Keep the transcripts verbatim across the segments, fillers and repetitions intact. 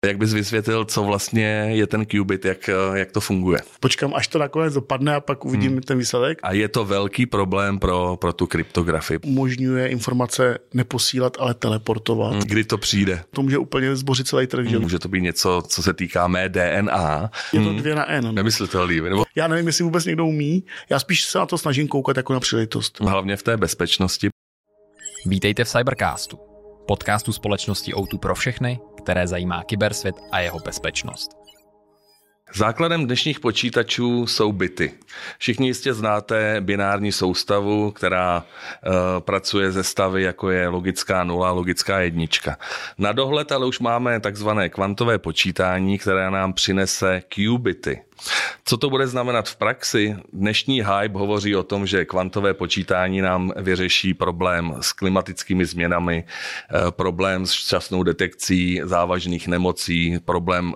Jak bys vysvětlil, co vlastně je ten qubit, jak, jak to funguje? Počkám, až to nakonec dopadne a pak uvidím hmm. ten výsledek. A je to velký problém pro, pro tu kryptografii. Umožňuje informace neposílat, ale teleportovat. Hmm. Kdy to přijde? To může úplně zbořit celý trh. Hmm. Může to být něco, co se týká mé D N A. Je to dvě na N. Nemyslitelný. Nebo... Já nevím, jestli vůbec někdo umí. Já spíš se na to snažím koukat jako na příležitost. Hlavně v té bezpečnosti. Vítejte v Cybercastu, podcastu společnosti O dva pro všechny, které zajímá kybersvět a jeho bezpečnost. Základem dnešních počítačů jsou bity. Všichni jistě znáte binární soustavu, která uh, pracuje ze stavy, jako je logická nula, logická jednička. Na dohled ale už máme takzvané kvantové počítání, které nám přinese qubity. Co to bude znamenat v praxi? Dnešní hype hovoří o tom, že kvantové počítání nám vyřeší problém s klimatickými změnami, problém s včasnou detekcí závažných nemocí, problém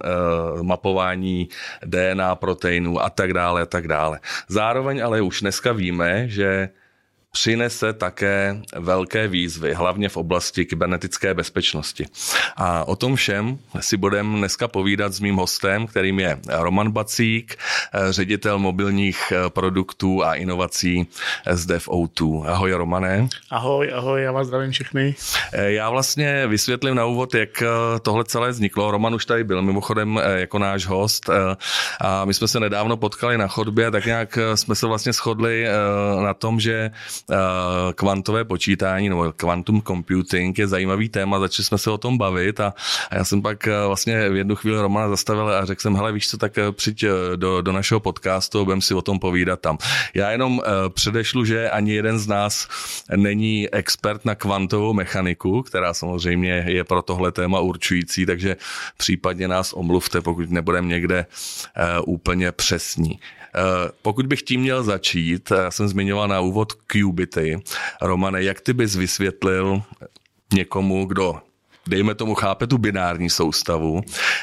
mapování D N A proteinů a tak dále a tak dále. Zároveň ale už dneska víme, že přinese také velké výzvy, hlavně v oblasti kybernetické bezpečnosti. A o tom všem si budeme dneska povídat s mým hostem, kterým je Roman Bacík, ředitel mobilních produktů a inovací z Dev O dva. Ahoj, Romane. Ahoj, ahoj, já vás zdravím všechny. Já vlastně vysvětlím na úvod, jak tohle celé vzniklo. Roman už tady byl mimochodem jako náš host a my jsme se nedávno potkali na chodbě, tak nějak jsme se vlastně shodli na tom, že kvantové počítání nebo quantum computing je zajímavý téma, začali jsme se o tom bavit a, a já jsem pak vlastně v jednu chvíli Romana zastavil a řekl jsem, hele, víš co, tak přijď do, do našeho podcastu a budeme si o tom povídat tam. Já jenom předešlu, že ani jeden z nás není expert na kvantovou mechaniku, která samozřejmě je pro tohle téma určující, takže případně nás omluvte, pokud nebudeme někde úplně přesní. Pokud bych tím měl začít, já jsem zmiňoval na úvod qubity. Romane, jak ty bys vysvětlil někomu, kdo, dejme tomu, chápe tu binární soustavu,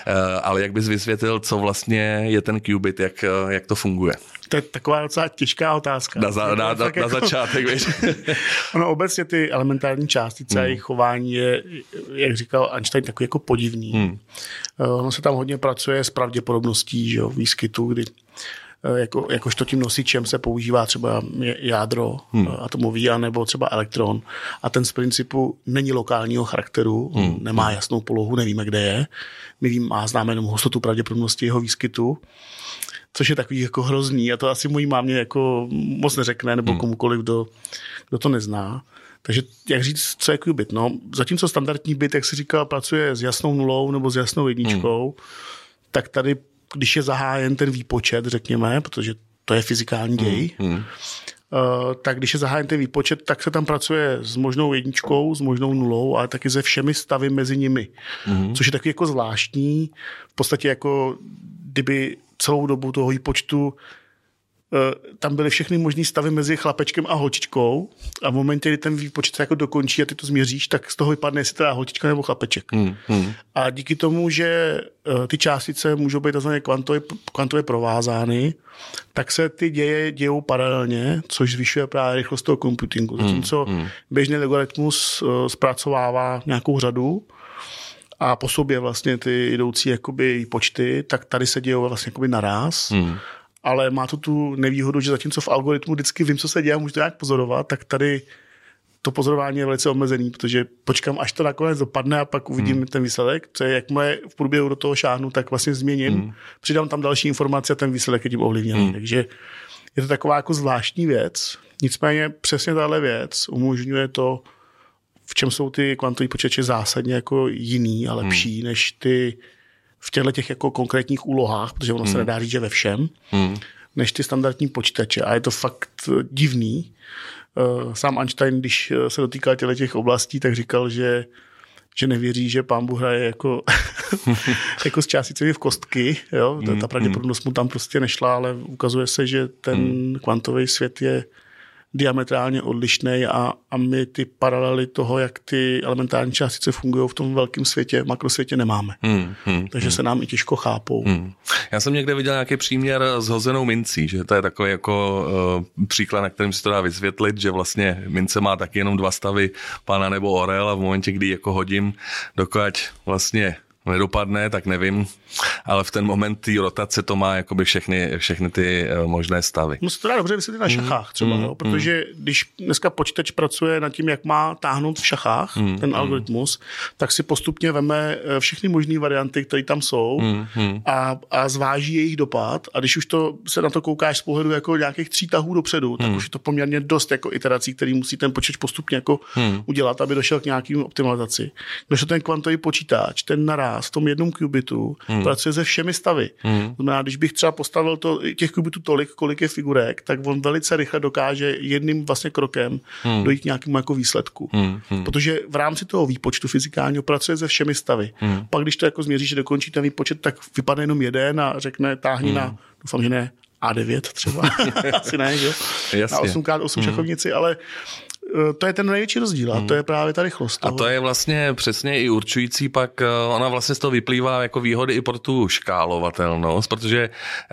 ale jak bys vysvětlil, co vlastně je ten qubit, jak, jak to funguje? To je taková docela těžká otázka. Na, za, na, na, na jako, začátek, víš? Ono obecně ty elementární částice a hmm. jejich chování je, jak říkal Einstein, takový jako podivný. Hmm. Ono se tam hodně pracuje s pravděpodobností, že jo, výskytu, kdy Jako, jakožto tím nosičem se používá třeba jádro hmm. atomový, anebo třeba elektron. A ten z principu není lokálního charakteru, hmm. nemá jasnou polohu, nevíme, kde je. My víme, má známe jenom hustotu pravděpodobnosti jeho výskytu, což je takový jako hrozný. A to asi mojí mámě jako moc neřekne, nebo hmm. komukoliv, kdo, kdo to nezná. Takže jak říct, co je qubit? No, zatímco standardní bit, jak si říkal, pracuje s jasnou nulou nebo s jasnou jedničkou, hmm. tak tady když je zahájen ten výpočet, řekněme, protože to je fyzikální děj, mm, mm. Uh, tak když je zahájen ten výpočet, tak se tam pracuje s možnou jedničkou, s možnou nulou, ale taky se všemi stavy mezi nimi. Mm. Což je takový jako zvláštní, v podstatě jako kdyby celou dobu toho výpočtu tam byly všechny možný stavy mezi chlapečkem a holčičkou a v momentě, kdy ten výpočet se jako dokončí a ty to změříš, tak z toho vypadne, jestli teda holčička nebo chlapeček. Hmm, hmm. A díky tomu, že ty částice můžou být takzvaně kvantově, kvantově provázány, tak se ty děje dějou paralelně, což zvyšuje právě rychlost toho computingu. Zatímco hmm, hmm. běžný logaritmus zpracovává nějakou řadu a po sobě vlastně ty jdoucí jakoby počty, tak tady se dějou vlastně jakoby naráz. Hmm. Ale má to tu nevýhodu, že zatímco v algoritmu vždycky vím, co se děje a můžu to nějak pozorovat, tak tady to pozorování je velice omezený, protože počkám, až to nakonec dopadne a pak uvidím hmm. ten výsledek, co je, jakmile v průběhu do toho šáhnu, tak vlastně změním, hmm. přidám tam další informace a ten výsledek je tím ovlivněný. Hmm. Takže je to taková jako zvláštní věc. Nicméně přesně tahle věc umožňuje to, v čem jsou ty kvantové počítače zásadně jako jiný a lepší, hmm. než ty v těchto těch jako konkrétních úlohách, protože ono hmm. se nedá říct, že ve všem, hmm. než ty standardní počítače. A je to fakt divný. Sám Einstein, když se dotýkal těchto těch oblastí, tak říkal, že, že nevěří, že pán Bůh hraje jako, jako s částicemi v kostky. Jo? Ta, ta pravděpodobnost mu tam prostě nešla, ale ukazuje se, že ten hmm. kvantový svět je diametrálně odlišný a, a my ty paralely toho, jak ty elementární částice fungují v tom velkém světě, makrosvětě nemáme. Hmm, hmm, Takže hmm. se nám i těžko chápou. Hmm. Já jsem někde viděl nějaký příměr s hozenou mincí, že to je takový jako uh, příklad, na kterým se to dá vysvětlit, že vlastně mince má taky jenom dva stavy, pana nebo orel, a v momentě, kdy jako hodím, dokud vlastně nedopadne, tak nevím, ale v ten moment té rotace to má jakoby všechny, všechny ty možné stavy. No to dá dobře vysvětlit na šachách třeba, mm, jo, protože mm. když dneska počítač pracuje nad tím, jak má táhnout v šachách mm, ten algoritmus, mm. tak si postupně veme všechny možné varianty, které tam jsou mm, a, a zváží jejich dopad a když už to se na to koukáš z pohledu jako nějakých tří tahů dopředu, tak mm. už je to poměrně dost jako iterací, který musí ten počítač postupně jako mm. udělat, aby došel k nějakým optimalizaci. Když ten kvantový počítač, ten naráz v tom jednom kubitu hmm. pracuje se všemi stavy. Hmm. Znamená, když bych třeba postavil to, těch kubitů tolik, kolik je figurek, tak on velice rychle dokáže jedným vlastně krokem hmm. dojít k nějakému jako výsledku. Hmm. Hmm. Protože v rámci toho výpočtu fyzikálního pracuje se všemi stavy. Hmm. Pak, když to jako změříš, že dokončí ten výpočet, tak vypadne jenom jeden a řekne táhni hmm. na, doufám, že ne, A devět třeba. Asi ne, že? Jasně. Na osm krát osm hmm. šachovnici, ale to je ten největší rozdíl a to je právě ta rychlost toho. A to je vlastně přesně i určující pak, ona vlastně z toho vyplývá jako výhody i pro tu škálovatelnost, protože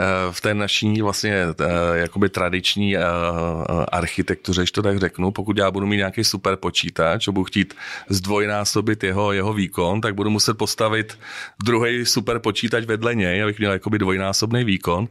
v té naší vlastně jakoby tradiční architektuře, když to tak řeknu, pokud já budu mít nějaký super počítač a budu chtít zdvojnásobit jeho, jeho výkon, tak budu muset postavit druhý super počítač vedle něj, abych měl jakoby dvojnásobný výkon,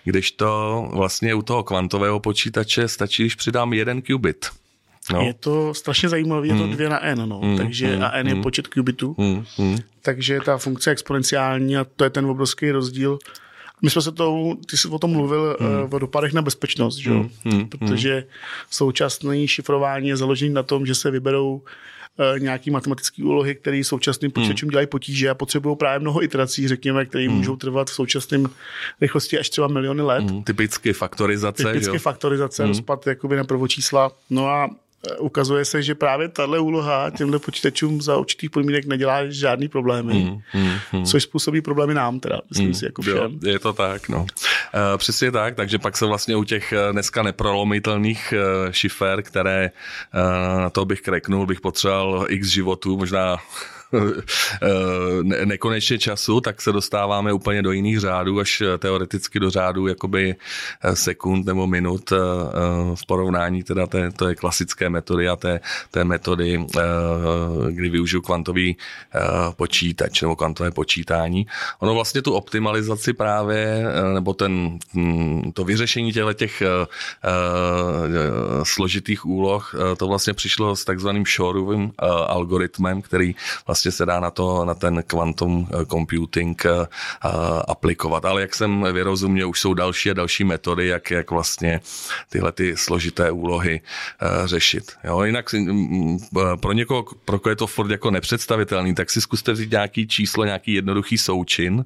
kdežto vlastně u toho kvantového počítače stačí, když přidám jeden qubit. No. Je to strašně zajímavé, je to mm. dvě na n, no. mm, takže mm, a n je mm. počet qubitů, mm, mm. takže ta funkce je exponenciální a to je ten obrovský rozdíl. My jsme se to, ty jsi o tom mluvil mm. o dopadech na bezpečnost, že? Mm, mm, protože současné šifrování je založené na tom, že se vyberou nějaký matematické úlohy, které současným počítačům dělají potíže a potřebují právě mnoho iterací, řekněme, které mm. můžou trvat v současném rychlosti až třeba miliony let. Mm. Typicky faktorizace. Typicky jo? faktorizace, mm. rozpad jakoby na prvočísla. No a ukazuje se, že právě tahle úloha těmhle počítačům za určitých podmínek nedělá žádný problémy, mm, mm, mm. což způsobí problémy nám teda, myslím mm, si, jako všem. Jo, je to tak, no. E, přesně tak, takže pak se vlastně u těch dneska neprolomitelných e, šifer, které e, na to bych kreknul, bych potřeboval x životů, možná ne- nekonečně času, tak se dostáváme úplně do jiných řádů, až teoreticky do řádu jakoby sekund nebo minut v porovnání teda té, té klasické metody a té, té metody, kdy využiju kvantový počítač nebo kvantové počítání. Ono vlastně tu optimalizaci právě, nebo ten, to vyřešení těchto těch složitých úloh, to vlastně přišlo s takzvaným Shorovým algoritmem, který vlastně se dá na to, na ten quantum computing aplikovat. Ale jak jsem vyrozuměl, už jsou další a další metody, jak, jak vlastně tyhle ty složité úlohy řešit. Jo, jinak pro někoho, pro koho je to furt jako nepředstavitelný, tak si zkuste vzít nějaký číslo, nějaký jednoduchý součin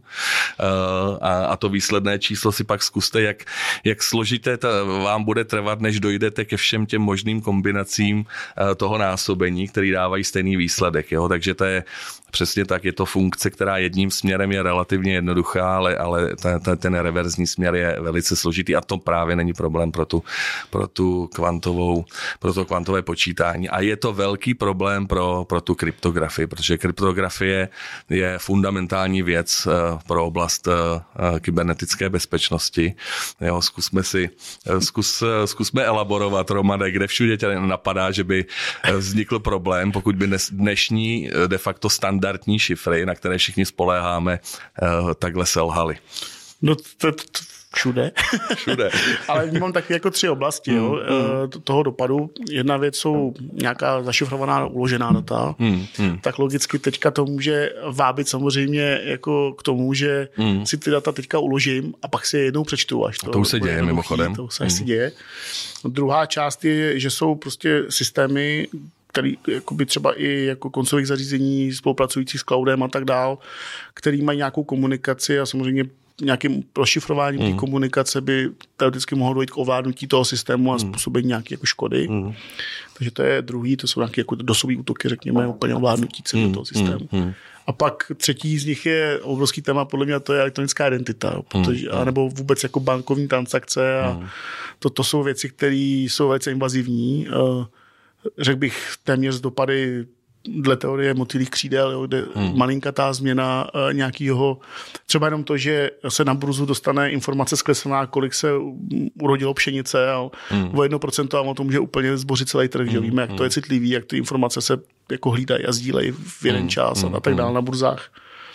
a, a to výsledné číslo si pak zkuste, jak, jak složité ta vám bude trvat, než dojdete ke všem těm možným kombinacím toho násobení, který dávají stejný výsledek. Jo? Takže to je přesně tak, je to funkce, která jedním směrem je relativně jednoduchá, ale, ale ten, ten reverzní směr je velice složitý a to právě není problém pro tu, pro tu kvantovou, pro to kvantové počítání. A je to velký problém pro, pro tu kryptografii, protože kryptografie je fundamentální věc pro oblast kybernetické bezpečnosti. Jo, zkusme si, zkus, zkusme elaborovat, Romane, kde všude tě napadá, že by vznikl problém, pokud by dnešní de facto standardní šifry, na které všichni spoléháme, takhle selhaly. No to, to všude. Všude. Ale mám taky jako tři oblasti jo, mm. toho dopadu. Jedna věc jsou nějaká zašifrovaná uložená data. Mm. Mm. Tak logicky teďka to může vábit samozřejmě jako k tomu, že mm. si ty data teďka uložím a pak si je jednou přečtu. Až to, to už se děje mimochodem. To se mm. děje. Druhá část je, že jsou prostě systémy, který jakoby třeba i jako koncových zařízení spolupracující s cloudem a tak dál, který mají nějakou komunikaci a samozřejmě nějakým rozšifrováním mm. té komunikace by teoreticky mohlo dojít k ovládnutí toho systému a způsobení nějaké jako škody. Mm. Takže to je druhý, to jsou nějaké jako dosové útoky, řekněme, úplně ovládnutí celého mm. toho systému. Mm. A pak třetí z nich je obrovský téma, podle mě, to je elektronická identita, protože, mm. anebo vůbec jako bankovní transakce a mm. to, to jsou věci, které jsou velice invazivní. Řekl bych téměř z dopady dle teorie motýlých křídel, jo, kde hmm. malinkatá změna uh, nějakého, třeba jenom to, že se na burzu dostane informace zkreslená, kolik se urodilo pšenice a hmm. o jedno procento a o tom může úplně zbořit celý trh, hmm. že víme, jak hmm. to je citlivý, jak ty informace se jako hlídají a sdílejí v jeden hmm. čas hmm. a tak dále na burzách.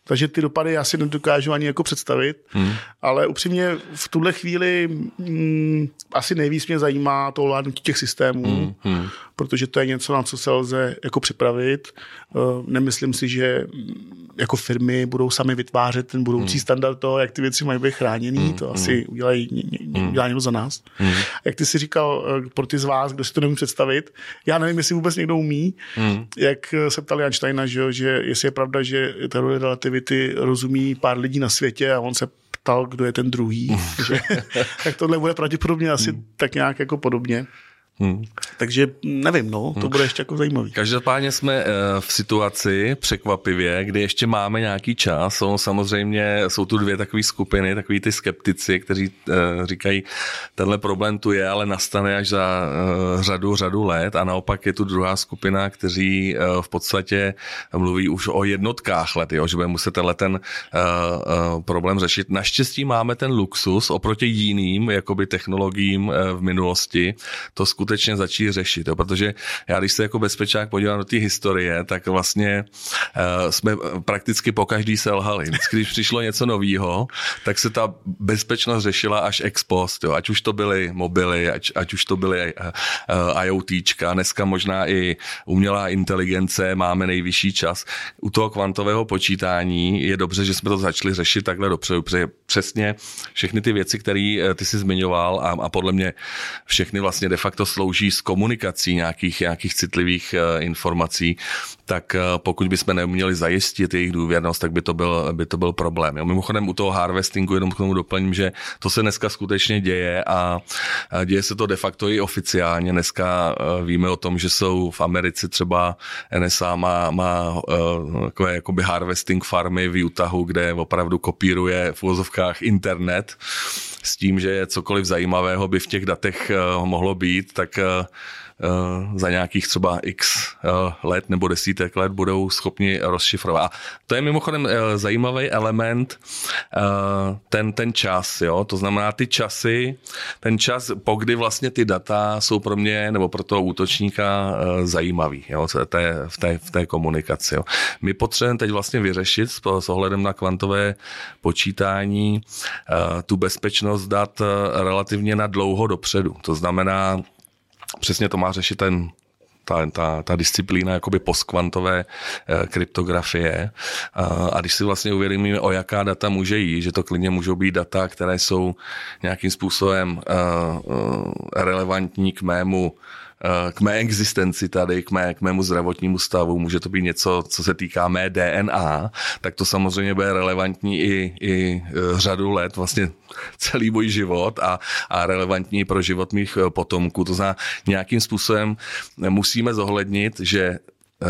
Takže ty dopady já si nedokážu ani jako představit, hmm. ale upřímně v tuhle chvíli mm, asi nejvíc mě zajímá to ovládnutí těch systémů, hmm. Hmm. protože to je něco, na co se lze jako připravit. Uh, nemyslím si, že jako firmy budou sami vytvářet ten budoucí hmm. standard toho, jak ty věci mají být chráněný, hmm. to asi udělají hmm. udělá někdo za nás. Hmm. Jak ty si říkal, pro ty z vás, kdo si to nemůže představit, já nevím, jestli vůbec někdo umí, hmm. jak se ptali Einsteina, že, že jestli je pravda, že teorie relativity rozumí pár lidí na světě a on se ptal, kdo je ten druhý. že, tak tohle bude pravděpodobně asi hmm. tak nějak jako podobně. Hmm. Takže nevím, no, to bude ještě jako zajímavý. Každopádně jsme v situaci překvapivě, kdy ještě máme nějaký čas. Jsou samozřejmě, jsou tu dvě takové skupiny, takový ty skeptici, kteří říkají, tenhle problém tu je, ale nastane až za řadu, řadu let, a naopak je tu druhá skupina, kteří v podstatě mluví už o jednotkách let, jo, že bude muset tenhle ten problém řešit. Naštěstí máme ten luxus oproti jiným jakoby technologiím v minulosti, to skutečně skutečně začít řešit, jo? Protože já, když se jako bezpečák podívám do té historie, tak vlastně uh, jsme prakticky po každý selhali. Když přišlo něco novýho, tak se ta bezpečnost řešila až ex post, jo? Ať už to byly mobily, ať, ať už to byly uh, IoTčka, dneska možná i umělá inteligence, máme nejvyšší čas. U toho kvantového počítání je dobře, že jsme to začali řešit takhle dopředu, protože přesně všechny ty věci, které ty jsi zmiňoval, a, a podle mě všechny vlastně de facto slouží s komunikací nějakých, nějakých citlivých uh, informací, tak uh, pokud bychom neuměli zajistit jejich důvěrnost, tak by to byl, by to byl problém. Jo. Mimochodem u toho harvestingu jenom k tomu doplním, že to se dneska skutečně děje a, a děje se to de facto i oficiálně. Dneska uh, víme o tom, že jsou v Americe třeba N S A má, má uh, takové jakoby harvesting farmy v Utahu, kde opravdu kopíruje v uvozovkách internet s tím, že cokoliv zajímavého by v těch datech uh, mohlo být, tak uh, uh, za nějakých třeba x uh, let nebo desítek let budou schopni rozšifrovat. A to je mimochodem uh, zajímavý element, uh, ten, ten čas, jo? To znamená ty časy, ten čas, pokdy vlastně ty data jsou pro mě nebo pro toho útočníka uh, zajímavý, jo? Té, v, té, v té komunikaci. Jo? My potřebujeme teď vlastně vyřešit s, s ohledem na kvantové počítání uh, tu bezpečnost dat uh, relativně na dlouho dopředu. To znamená, přesně to má řešit ten, ta, ta, ta disciplína jakoby postkvantové e, kryptografie. A, a když si vlastně uvědomíme, o jaká data může jít, že to klidně můžou být data, které jsou nějakým způsobem e, e, relevantní k mému k mé existenci tady, k, mé, k mému zdravotnímu stavu, může to být něco, co se týká mé D N A, tak to samozřejmě bude relevantní i, i řadu let, vlastně celý můj život a, a relevantní pro život mých potomků. To znamená, nějakým způsobem musíme zohlednit, že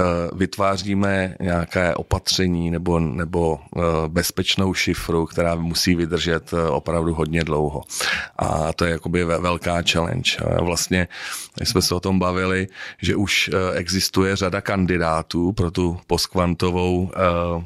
vytváříme nějaké opatření nebo, nebo bezpečnou šifru, která musí vydržet opravdu hodně dlouho. A to je jakoby velká challenge. Vlastně jsme se o tom bavili, že už existuje řada kandidátů pro tu postkvantovou uh,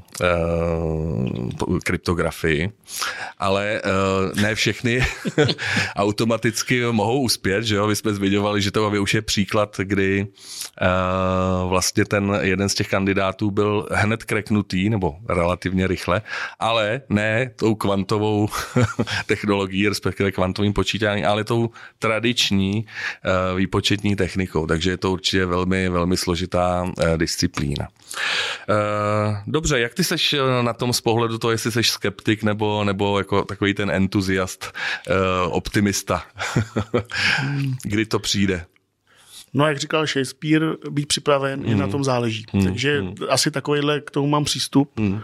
uh, kryptografii, ale uh, ne všechny automaticky mohou uspět, že jo? Vy jsme zmiňovali, že to už je příklad, kdy uh, vlastně ten jeden z těch kandidátů byl hned kreknutý, nebo relativně rychle, ale ne tou kvantovou technologií, respektive kvantovým počítáním, ale tou tradiční uh, výpočetní technikou. Takže je to určitě velmi, velmi složitá uh, disciplína. Uh, dobře, jak ty seš na tom z pohledu toho, jestli seš skeptik nebo, nebo jako takový ten entuziast, uh, optimista? Kdy to přijde? No, jak říkal Shakespeare, být připraven, mm. i na tom záleží. Mm. Takže mm. asi takovýhle k tomu mám přístup. Mm. Uh,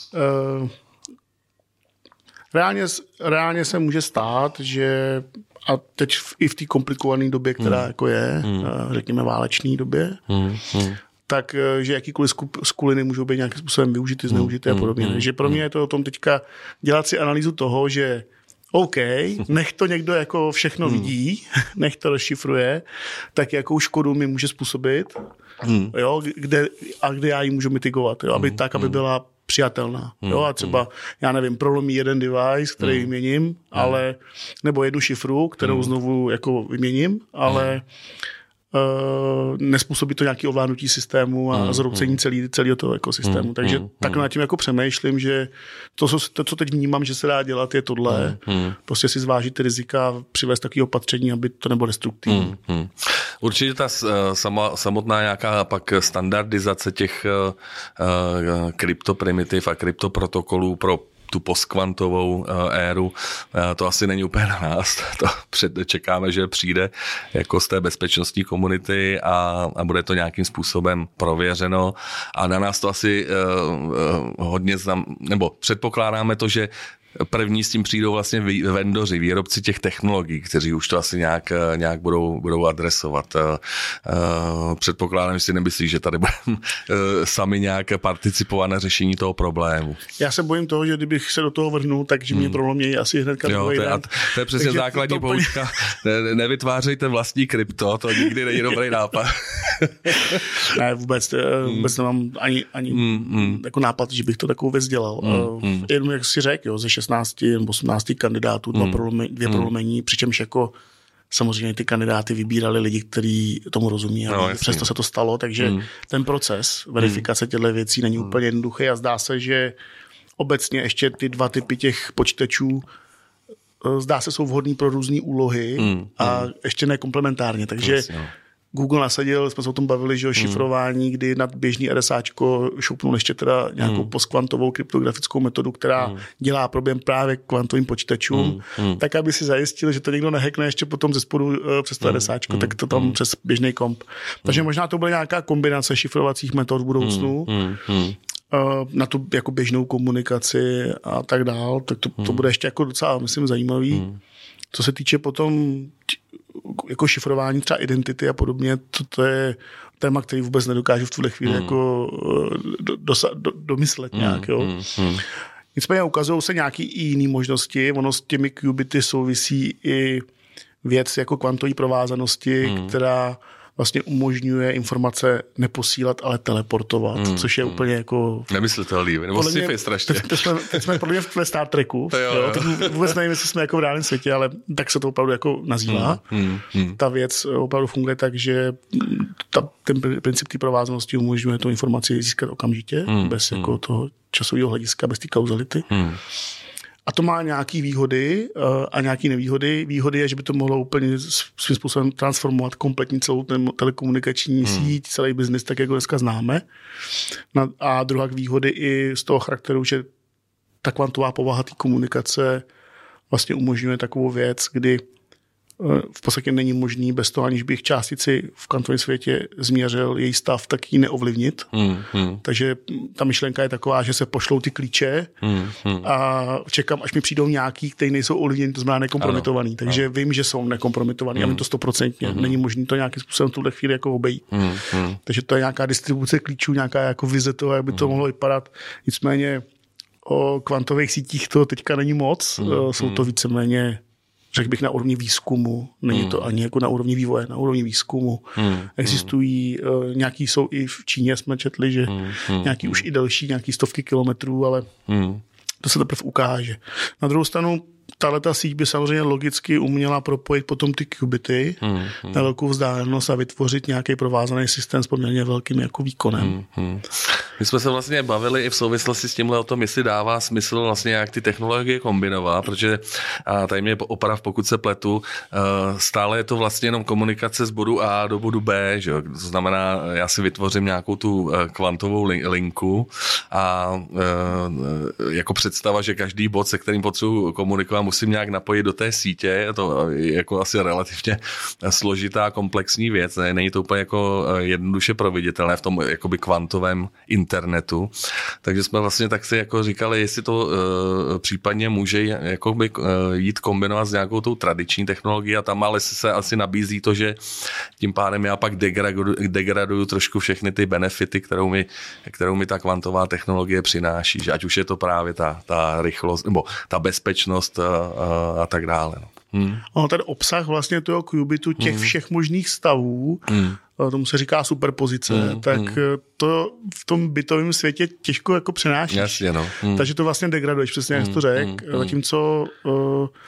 reálně, reálně se může stát, že a teď v, i v té komplikované době, která mm. jako je, mm. uh, řekněme válečné době, mm. tak, že jakýkoliv skuliny můžou být nějakým způsobem využity, zneužity mm. a podobně. Takže pro mě je to o tom teďka dělat si analýzu toho, že OK, nech to někdo jako všechno hmm. vidí, nech to rozšifruje, tak jakou škodu mi může způsobit, hmm. jo, kde, a kde já ji můžu mitigovat, jo, aby, hmm. tak, aby byla přijatelná. Hmm. Jo, a třeba, já nevím, prolomí jeden device, který hmm. vyměním, hmm. ale, nebo jednu šifru, kterou hmm. znovu jako vyměním, ale Uh, nespůsobí to nějaké ovládnutí systému a mm, zroucení mm. celý, celého toho ekosystému. Mm, Takže mm, tak nad tím jako přemýšlím, že to, to, co teď vnímám, že se dá dělat, je tohle. Mm, prostě si zvážit ty rizika, přivést takové opatření, aby to nebylo destruktivní. Mm, mm. Určitě ta sama, samotná nějaká pak standardizace těch uh, kryptoprimitiv a kryptoprotokolů pro tu postkvantovou éru, to asi není úplně na nás. To čekáme, že přijde jako z té bezpečnostní komunity a, a bude to nějakým způsobem prověřeno. A na nás to asi uh, uh, hodně znam, nebo předpokládáme to, že první s tím přijdou vlastně vendoři, výrobci těch technologií, kteří už to asi nějak, nějak budou, budou adresovat. Předpokládám, že si nemyslí, že tady budeme sami nějak participovat na řešení toho problému. Já se bojím toho, že kdybych se do toho vrhnul, takže mě hmm. prolomějí asi hnedka jo, to, je, to je přesně takže základní poučka. Ne, nevytvářejte vlastní krypto, to nikdy není dobrý nápad. Ne, vůbec, vůbec nemám ani, ani hmm. Hmm. jako nápad, že bych to takovou věc dělal. Hmm. Jenom jak si řekl, jo, ze šestnácti nebo osmnácti kandidátů, dva mm. prolomení, dvě mm. prolomení, přičemž jako samozřejmě ty kandidáty vybírali lidi, kteří tomu rozumí a no, přesto se to stalo, takže mm. ten proces verifikace těchto věcí není mm. úplně jednoduchý a zdá se, že obecně ještě ty dva typy těch počítačů zdá se jsou vhodný pro různé úlohy mm. a mm. ještě ne komplementárně, takže yes, no. Google nasadil, jsme se o tom bavili, že o šifrování, mm. kdy nad běžný RSáčko šoupnul ještě teda nějakou mm. postkvantovou kryptografickou metodu, která mm. dělá problém právě kvantovým počítačům, mm. tak aby si zajistil, že to někdo nehackne ještě potom ze spodu uh, přes to mm. RSáčko, mm. tak to tam mm. přes běžný komp. Takže mm. možná to bude nějaká kombinace šifrovacích metod v budoucnu. Mm. Mm. na tu jako běžnou komunikaci a tak dál, tak to, to bude ještě jako docela, myslím, zajímavý. Hmm. Co se týče potom jako šifrování třeba identity a podobně, to, to je téma, který vůbec nedokážu v tuhle chvíli hmm. jako do, dosa, do, domyslet hmm. nějak. Jo. Hmm. Nicméně ukazují se nějaký i jiný možnosti, ono s těmi qubity souvisí i věc jako kvantové provázanosti, hmm. která vlastně umožňuje informace neposílat, ale teleportovat, mm, což je mm. úplně jako... Nemyslitelný, nebo sci-fi strašně. Teď, teď, jsme, teď jsme podle mě v Star Treku, jo, jo. Jo, vůbec nevím, jestli jsme jako v reálném světě, ale tak se to opravdu jako nazývá. Mm, mm, ta věc opravdu funguje tak, že ta, ten princip té provázanosti umožňuje tu informaci získat okamžitě, mm, bez mm. jako toho časového hlediska, bez té kauzality. Mm. A to má nějaké výhody a nějaké nevýhody. Výhody je, že by to mohlo úplně svým způsobem transformovat kompletní celou telekomunikační hmm. síť, celý biznis, tak jako dneska známe. A druhá výhody i z toho charakteru, že ta kvantová povaha té komunikace vlastně umožňuje takovou věc, kdy v podstatě není možný bez toho, aniž bych částici v kvantovém světě změřil její stav, tak ji neovlivnit. Hmm, hmm. Takže ta myšlenka je taková, že se pošlou ty klíče hmm, hmm. a čekám, až mi přijdou nějaký, kteří nejsou ovlivněni, to znamená nekompromitovaný. Ano, Takže ano. vím, že jsou nekompromitovaný. Hmm. A mi to stoprocentně. Hmm. Není možný to nějakým způsobem v tuhle chvíli jako obejít. Hmm, hmm. Takže to je nějaká distribuce klíčů, nějaká jako vize toho, jak by to hmm. mohlo vypadat. Nicméně o kvantových sítích to teďka není moc. Hmm, jsou to víceméně řekl bych na úrovni výzkumu, není hmm. to ani jako na úrovni vývoje, na úrovni výzkumu. Hmm. Existují, uh, nějaký jsou i v Číně, jsme četli, že hmm. nějaký hmm. už i delší, nějaký stovky kilometrů, ale hmm. to se teprve ukáže. Na druhou stranu, tahleta síť by samozřejmě logicky uměla propojit potom ty qubity hmm, hmm. na velkou vzdálenost a vytvořit nějaký provázaný systém s poměrně velkým jako výkonem. Hmm, hmm. My jsme se vlastně bavili i v souvislosti s tímhle o tom, jestli dává smysl vlastně jak ty technologie kombinovat, protože a tady mě oprav, pokud se pletu, stále je to vlastně jenom komunikace z bodu A do bodu B, že? To znamená, já si vytvořím nějakou tu kvantovou linku a jako představa, že každý bod, se kterým potřebuji komunikovat, musím nějak napojit do té sítě, to je jako asi relativně složitá, komplexní věc, ne? Není to úplně jako jednoduše proveditelné v tom jakoby kvantovém internetu. Takže jsme vlastně tak si jako říkali, jestli to uh, případně může jakoby, uh, jít kombinovat s nějakou tou tradiční technologií a tam ale se asi nabízí to, že tím pádem já pak degraduju, degraduju trošku všechny ty benefity, kterou mi, kterou mi ta kvantová technologie přináší, že ať už je to právě ta, ta rychlost, nebo ta bezpečnost a, a, a tak dále. No. Hmm. Ono ten obsah vlastně toho qubity, těch hmm. všech možných stavů, hmm. tomu se říká superpozice, hmm. tak hmm. to v tom bytovém světě těžko jako přenášíš. Jasně, no. Hmm. Takže to vlastně degraduješ, přesně jak jsi to řekl. Hmm. Zatímco uh,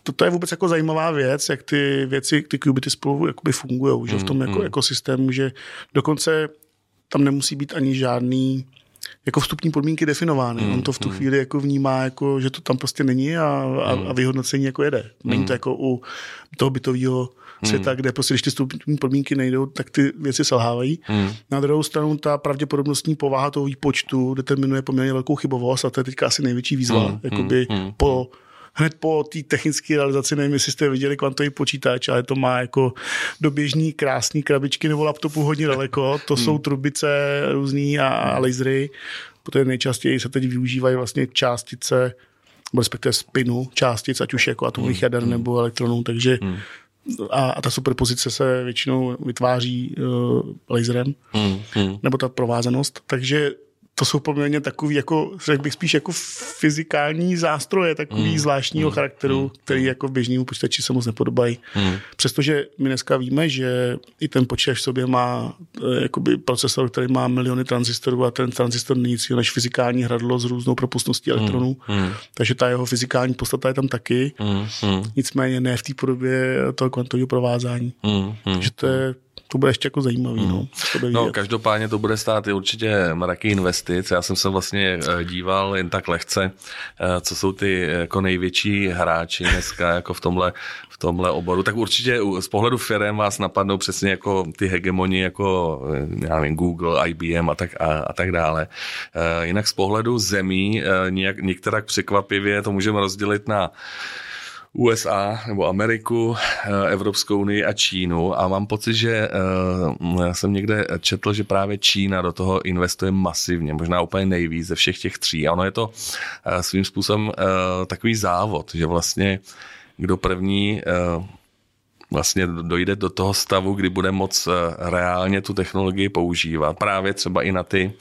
to, to je vůbec jako zajímavá věc, jak ty věci, ty qubity spolu jakoby fungujou, že v tom jako ekosystému, že dokonce tam nemusí být ani žádný jako vstupní podmínky definovány. Mm, On to v tu mm. chvíli jako vnímá, jako, že to tam prostě není a, a, a vyhodnocení jako jede. Není to jako u toho bytového světa, mm. kde prostě, když ty vstupní podmínky nejdou, tak ty věci selhávají. Mm. Na druhou stranu ta pravděpodobnostní povaha toho výpočtu determinuje poměrně velkou chybovost a to je teďka asi největší výzva. Mm. Jakoby mm. po hned po té technické realizaci, nevím, jestli jste viděli kvantový počítač, ale to má jako do běžný krásný krabičky nebo laptopu hodně daleko. To jsou trubice různý a, a lasery, protože nejčastěji se teď využívají vlastně částice, respektive spinu částic, ať už jako atomových jader nebo elektronů, takže a, a ta superpozice se většinou vytváří uh, laserem, nebo ta provázanost, takže to jsou poměrně takový, jako, řekl bych spíš jako fyzikální zástroje, takový mm. zvláštního mm. charakteru, který jako v běžnému počítači se moc nepodobají. Mm. Přestože my dneska víme, že i ten počítač v sobě má jakoby procesor, který má miliony tranzistorů a ten tranzistor není nic než fyzikální hradlo s různou propustností elektronů. Mm. Takže ta jeho fyzikální podstata je tam taky. Mm. Nicméně ne v té podobě toho kvantového provázání. Mm. Takže to je to bude ještě jako zajímavý. No, no každopádně to bude stát určitě mraky investic. Já jsem se vlastně díval jen tak lehce, co jsou ty jako největší hráči dneska jako v tomhle, v tomhle oboru. Tak určitě z pohledu firem vás napadnou přesně jako ty hegemoni, jako já nevím, Google, I B M a tak, a, a tak dále. Jinak z pohledu zemí nějak, některá překvapivě to můžeme rozdělit na U S A nebo Ameriku, Evropskou unii a Čínu a mám pocit, že uh, jsem někde četl, že právě Čína do toho investuje masivně, možná úplně nejvíc ze všech těch tří. A ono je to uh, svým způsobem uh, takový závod, že vlastně kdo první uh, vlastně dojde do toho stavu, kdy bude moc reálně tu technologii používat. Právě třeba i na ty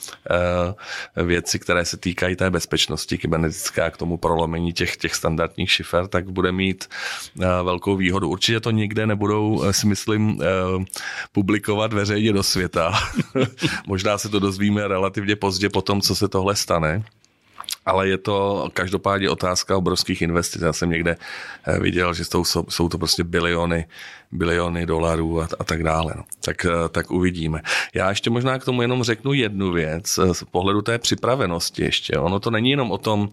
uh, věci, které se týkají té bezpečnosti kybernetické a k tomu prolomení těch, těch standardních šifer, tak bude mít uh, velkou výhodu. Určitě to nikde nebudou, si myslím, uh, publikovat veřejně do světa. Možná se to dozvíme relativně pozdě po tom, co se tohle stane. Ale je to každopádně otázka obrovských investic. Já jsem někde viděl, že jsou, jsou to prostě biliony, biliony dolarů a, a tak dále. No. Tak, tak uvidíme. Já ještě možná k tomu jenom řeknu jednu věc z pohledu té připravenosti ještě. Ono to není jenom o tom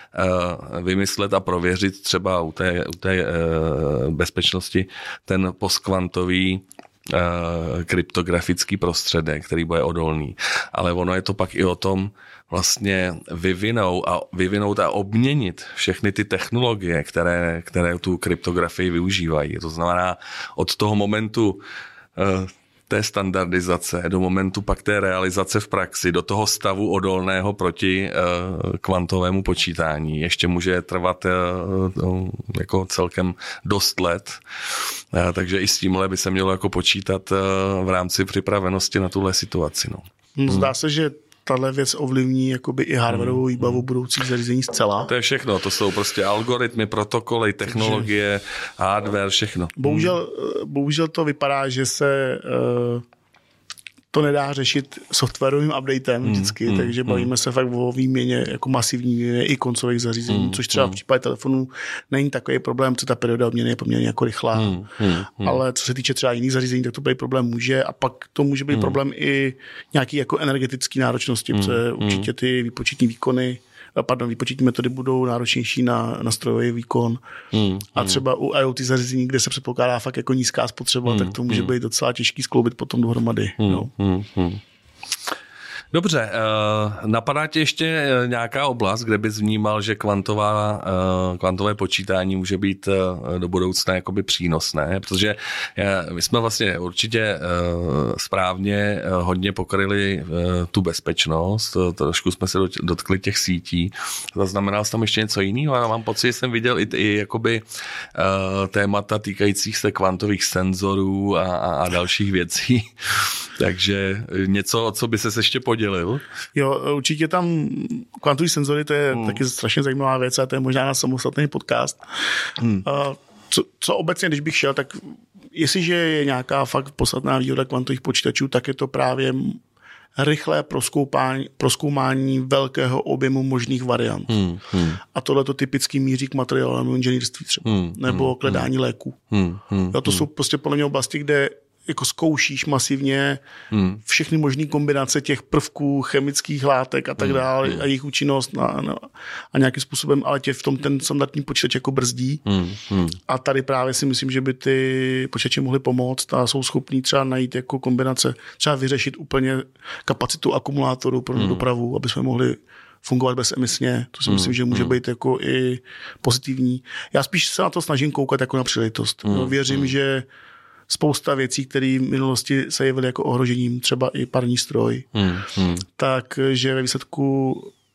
uh, vymyslet a prověřit třeba u té, u té uh, bezpečnosti ten postkvantový uh, kryptografický prostředek, který bude odolný. Ale ono je to pak i o tom, vlastně vyvinou a, vyvinout a obměnit všechny ty technologie, které, které tu kryptografii využívají. To znamená od toho momentu uh, té standardizace do momentu pak té realizace v praxi, do toho stavu odolného proti uh, kvantovému počítání. Ještě může trvat uh, jako celkem dost let. Uh, takže i s tímhle by se mělo jako počítat uh, v rámci připravenosti na tuhle situaci. No. Zdá hmm. se, že tahle věc ovlivní jakoby i hardwarovou výbavu budoucích zařízení zcela. To je všechno, to jsou prostě algoritmy, protokoly, technologie, takže hardware, všechno. Bohužel, bohužel to vypadá, že se uh, to nedá řešit softwarovým updatem vždycky, mm, takže mm, bavíme mm. se fakt o výměně jako masivní výměně i koncových zařízení, mm, což třeba mm. v případě telefonů není takový problém, co ta perioda obměny je poměrně jako rychlá. Mm, mm, ale co se týče třeba jiných zařízení, tak to být problém může a pak to může být mm. problém i nějaký jako energetický náročnosti, mm, protože mm. určitě ty výpočetní výkony pardon, výpočetní metody budou náročnější na, na strojový výkon. Hmm, a třeba u IoT zařízení, kde se předpokládá fakt jako nízká spotřeba, hmm, tak to může hmm. být docela těžký skloubit potom dohromady. Hmm, no. hmm, hmm. Dobře, napadá ti ještě nějaká oblast, kde bys vnímal, že kvantová, kvantové počítání může být do budoucna jakoby přínosné, protože my jsme vlastně určitě správně hodně pokryli tu bezpečnost, trošku jsme se dotkli těch sítí, zaznamenal jsi tam ještě něco jiného, ale mám pocit, že jsem viděl i, i jakoby témata týkajících se kvantových senzorů a, a dalších věcí, takže něco, o co by ses ještě podělil. Jo, určitě tam kvantový senzory, to je hmm. taky strašně zajímavá věc a to je možná na samostatný podcast. Hmm. Co, co obecně, když bych šel, tak jestliže je nějaká fakt podstatná výhoda kvantových počítačů, tak je to právě rychlé prozkoumání, prozkoumání velkého objemu možných variant. Hmm, hmm. A tohle to typicky míří k materiálovému inženýrství třeba, hmm, nebo k hledání hmm, léků. Hmm, hmm, jo, to hmm. jsou prostě podle mě oblasti, kde jako zkoušíš masivně hmm. všechny možné kombinace těch prvků, chemických látek a tak hmm. dále hmm. a jejich účinnost na, na, a nějakým způsobem, ale tě v tom ten standardní počítač jako brzdí. Hmm. Hmm. A tady právě si myslím, že by ty počítače mohly pomoct a jsou schopní třeba najít jako kombinace, třeba vyřešit úplně kapacitu akumulátoru pro hmm. dopravu, aby jsme mohli fungovat bezemisně. To si hmm. myslím, že může být jako i pozitivní. Já spíš se na to snažím koukat jako na příležitost. Hmm. Věřím, hmm. že spousta věcí, které v minulosti se jevily jako ohrožením, třeba i parní stroj, hmm, hmm. takže ve výsledku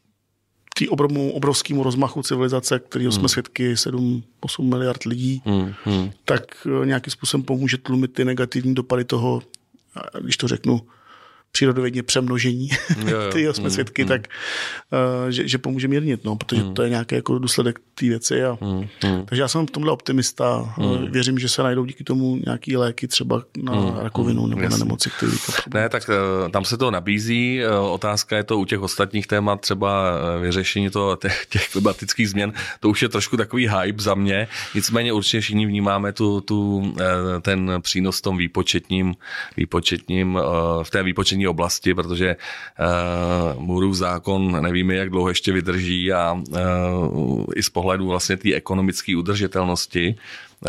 tý obrovskému rozmachu civilizace, kterého hmm. jsme svědky sedm osm miliard lidí, hmm, hmm. tak nějakým způsobem pomůže tlumit ty negativní dopady toho, když to řeknu, přírodovědně přemnožení, kterého jsme mm, svědky, mm. tak uh, že, že pomůže mírnit, no, protože mm. to je nějaký jako důsledek té věci. A, mm, mm. Takže já jsem v tomhle optimista. Mm. Věřím, že se najdou díky tomu nějaký léky třeba na mm. rakovinu nebo Jasně. na nemoci, které Ne, tak uh, tam se to nabízí. Uh, otázka je to u těch ostatních témat, třeba vyřešení toho, těch, těch klimatických změn. To už je trošku takový hype za mě. Nicméně určitě všichni vnímáme tu, tu, uh, ten přínos v tom výpočetním, výpočetním uh, v té výpočetní oblasti, protože uh, Mooreův zákon nevíme, jak dlouho ještě vydrží a uh, i z pohledu vlastně té ekonomické udržitelnosti uh,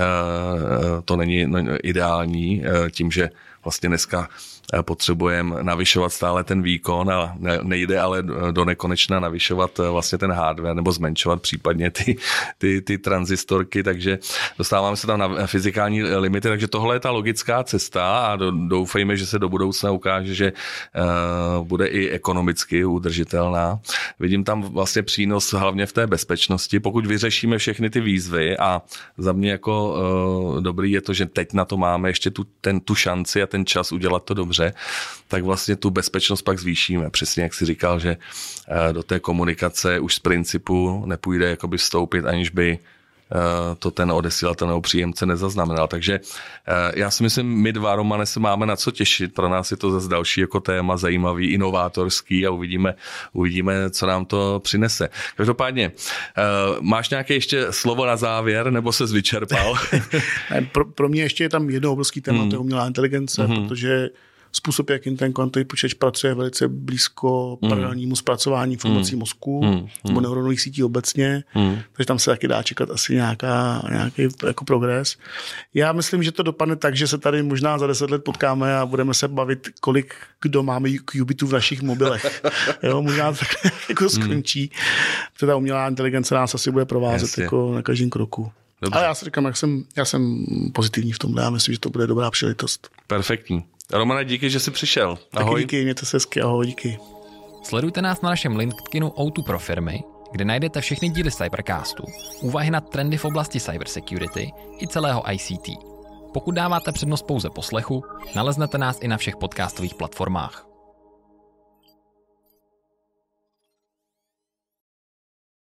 to není no, ideální uh, tím, že vlastně dneska potřebujeme navyšovat stále ten výkon a nejde ale do nekonečna navyšovat vlastně ten hardware nebo zmenšovat případně ty, ty, ty tranzistorky, takže dostáváme se tam na fyzikální limity, takže tohle je ta logická cesta a doufejme, že se do budoucna ukáže, že uh, bude i ekonomicky udržitelná. Vidím tam vlastně přínos hlavně v té bezpečnosti, pokud vyřešíme všechny ty výzvy a za mě jako uh, dobrý je to, že teď na to máme ještě tu, ten, tu šanci a ten čas udělat to dobře, tak vlastně tu bezpečnost pak zvýšíme. Přesně jak jsi říkal, že do té komunikace už z principu nepůjde jakoby vstoupit, aniž by to ten odesílatel nebo příjemce nezaznamenal. Takže já si myslím, my dva, Romane, se máme na co těšit. Pro nás je to zase další jako téma zajímavý, inovátorský a uvidíme, uvidíme, co nám to přinese. Každopádně, máš nějaké ještě slovo na závěr, nebo se vyčerpal? pro, pro mě ještě je tam jedno obrovský téma, hmm. to je umělá inteligence, hmm. protože způsob, jakým ten kvantový počítač pracuje, velice blízko mm. paralelnímu zpracování informací mm. mozku mm. nebo neuronových sítí obecně, mm. takže tam se taky dá čekat asi nějaká, nějaký jako progres. Já myslím, že to dopadne tak, že se tady možná za deset let potkáme a budeme se bavit, kolik kdo máme qubitů v našich mobilech. Jo, možná to tak jako skončí. Mm. Ta umělá inteligence nás asi bude provázet jako na každém kroku. Dobře. Ale já si říkám, jak jsem, já jsem pozitivní v tomhle. Já myslím, že to bude dobrá příležitost. Perfektní. Romane, díky, že jsi přišel. Ahoj. Taky díky, mějte se hezky. Ahoj, díky. Sledujte nás na našem LinkedInu O dva pro firmy, kde najdete všechny díly Cybercastu, úvahy na trendy v oblasti cybersecurity i celého I C T. Pokud dáváte přednost pouze poslechu, naleznete nás i na všech podcastových platformách.